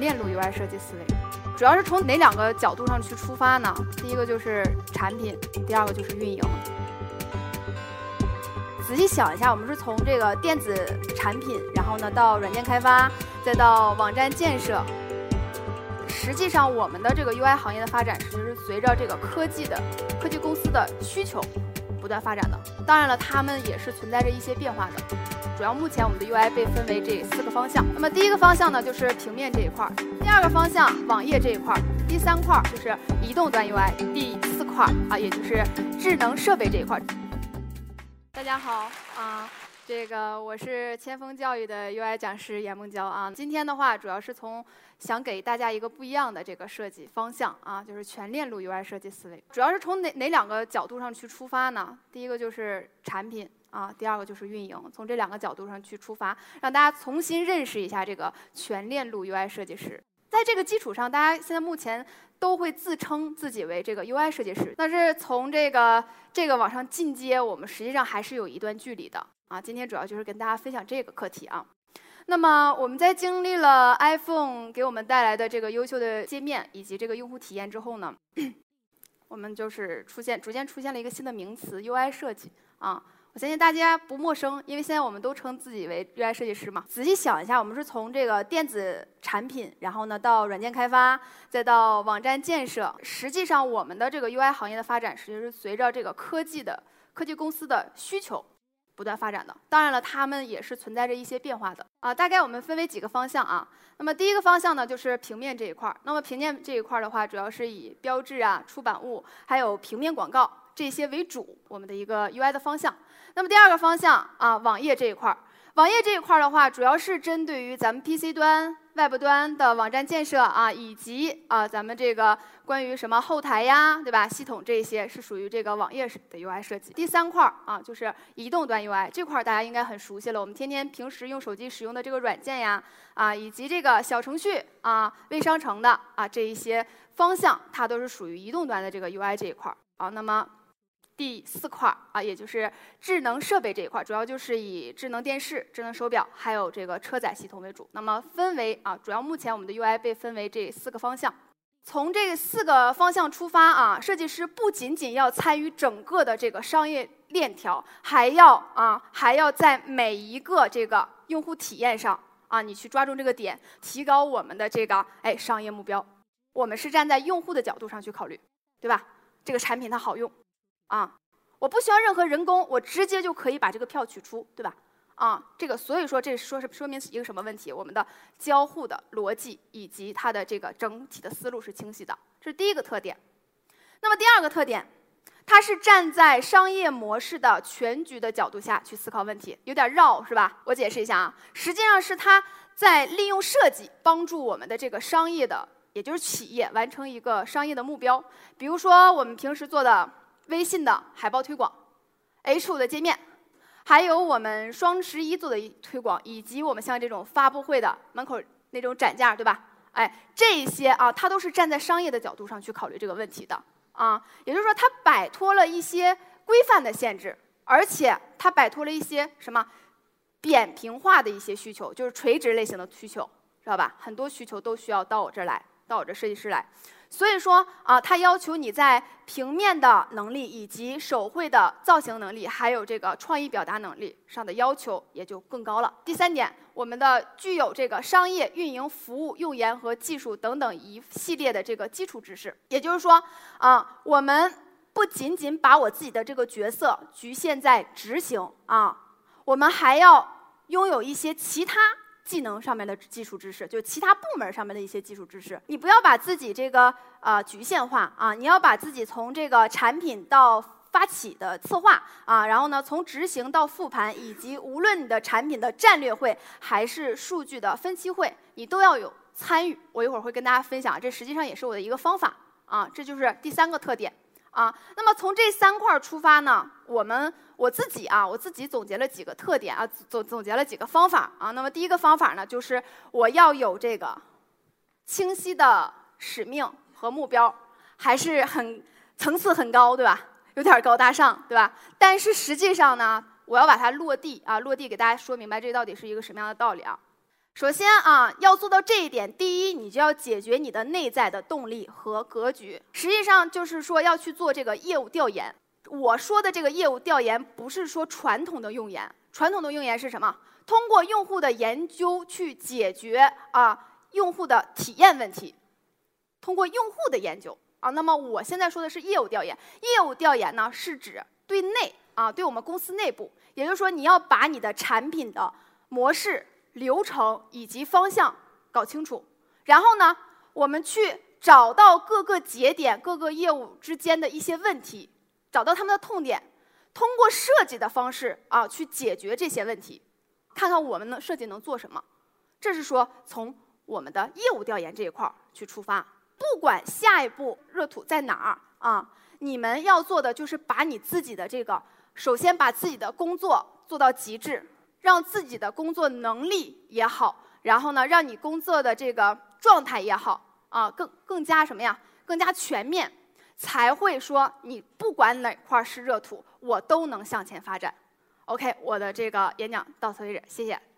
链路 UI 设计思维，主要是从哪两个角度上去出发呢？第一个就是产品，第二个就是运营。仔细想一下，我们是从这个电子产品，然后呢到软件开发，再到网站建设。实际上，我们的这个 UI 行业的发展是随着这个科技公司的需求不断发展的。当然了，它们也是存在着一些变化的。主要目前我们的 UI 被分为这4个方向。那么第一个方向呢，就是平面这一块；第二个方向网页这一块；第三块就是移动端 UI；第4块也就是智能设备这一块。大家好我是千锋教育的 UI 讲师严梦娇啊。今天的话，主要是想给大家一个不一样的这个设计方向啊，就是全链路 UI 设计思维。主要是从哪两个角度上去出发呢？第一个就是产品第二个就是运营，从这2个角度上去出发，让大家重新认识一下这个全链路 UI 设计师。在这个基础上，大家现在目前都会自称自己为这个 UI 设计师，但是从这个往上进阶，我们实际上还是有一段距离的啊。今天主要就是跟大家分享这个课题啊。那么我们在经历了 iPhone 给我们带来的这个优秀的界面以及这个用户体验之后呢，我们就是逐渐出现了一个新的名词 UI 设计啊。我相信大家不陌生，因为现在我们都称自己为 UI 设计师嘛。仔细想一下，我们是从这个电子产品，然后呢到软件开发，再到网站建设。实际上，我们的这个 UI 行业的发展是随着这个科技公司的需求不断发展的。当然了，它们也是存在着一些变化的啊。大概我们分为几个方向啊。那么第一个方向呢，就是平面这一块。那么平面这一块的话，主要是以标志出版物，还有平面广告这些为主，我们的一个 UI 的方向。那么第二个方向网页这一块。网页这一块的话，主要是针对于咱们 PC 端、Web 端的网站建设以及咱们这个关于什么后台对吧？系统这些是属于这个网页的 UI 设计。第3块就是移动端 UI 这块，大家应该很熟悉了。我们平时用手机使用的这个软件以及这个小程序微商城的这一些方向，它都是属于移动端的这个 UI 这一块那么第4块也就是智能设备这一块，主要就是以智能电视、智能手表，还有这个车载系统为主。那么分为主要目前我们的 UI 被分为这4个方向。从这4个方向出发设计师不仅仅要参与整个的这个商业链条，还要在每一个这个用户体验上你去抓住这个点，提高我们的这个商业目标。我们是站在用户的角度上去考虑，对吧？这个产品它好用。我不需要任何人工，我直接就可以把这个票取出，对吧？所以说这说明一个什么问题？我们的交互的逻辑以及它的这个整体的思路是清晰的，这是第一个特点。那么第二个特点，它是站在商业模式的全局的角度下去思考问题，有点绕是吧？我解释一下实际上是它在利用设计帮助我们的这个商业的，也就是企业完成一个商业的目标。比如说我们平时做的微信的海报推广 ，H5 的界面，还有我们双11做的推广，以及我们像这种发布会的门口那种展架，对吧？这些它都是站在商业的角度上去考虑这个问题的也就是说，它摆脱了一些规范的限制，而且它摆脱了一些什么扁平化的一些需求，就是垂直类型的需求，知道吧？很多需求都需要到我这儿来，到我这设计师来。所以说它要求你在平面的能力以及手绘的造型能力，还有这个创意表达能力上的要求也就更高了。第3点，我们的具有这个商业运营、服务、用研和技术等等一系列的这个基础知识。也就是说我们不仅仅把我自己的这个角色局限在执行我们还要拥有一些其他技能上面的基础知识，就其他部门上面的一些基础知识。你不要把自己这个局限化你要把自己从这个产品到发起的策划然后呢从执行到复盘，以及无论你的产品的战略会还是数据的分析会，你都要有参与。我一会儿会跟大家分享，这实际上也是我的一个方法这就是第3个特点那么从这3块出发呢，我自己总结了几个特点总结了几个方法那么第一个方法呢，就是我要有这个清晰的使命和目标，还是层次很高，对吧？有点高大上，对吧？但是实际上呢，我要把它落地给大家说明白，这到底是一个什么样的道理首先啊，要做到这一点，第一，你就要解决你的内在的动力和格局。实际上就是说要去做这个业务调研。我说的这个业务调研不是说传统的用研，传统的用研是什么？通过用户的研究去解决用户的体验问题，通过用户的研究那么我现在说的是业务调研。业务调研呢是指对内对我们公司内部，也就是说你要把你的产品的模式、流程以及方向搞清楚，然后呢，我们去找到各个节点、各个业务之间的一些问题，找到他们的痛点，通过设计的方式去解决这些问题，看看我们的设计能做什么。这是说从我们的业务调研这一块去出发。不管下一步热土在哪儿你们要做的就是把你自己的首先把自己的工作做到极致。让自己的工作能力也好，然后呢，让你工作的这个状态也好更加什么呀？更加全面，才会说你不管哪块是热土，我都能向前发展。OK， 我的这个演讲到此为止，谢谢。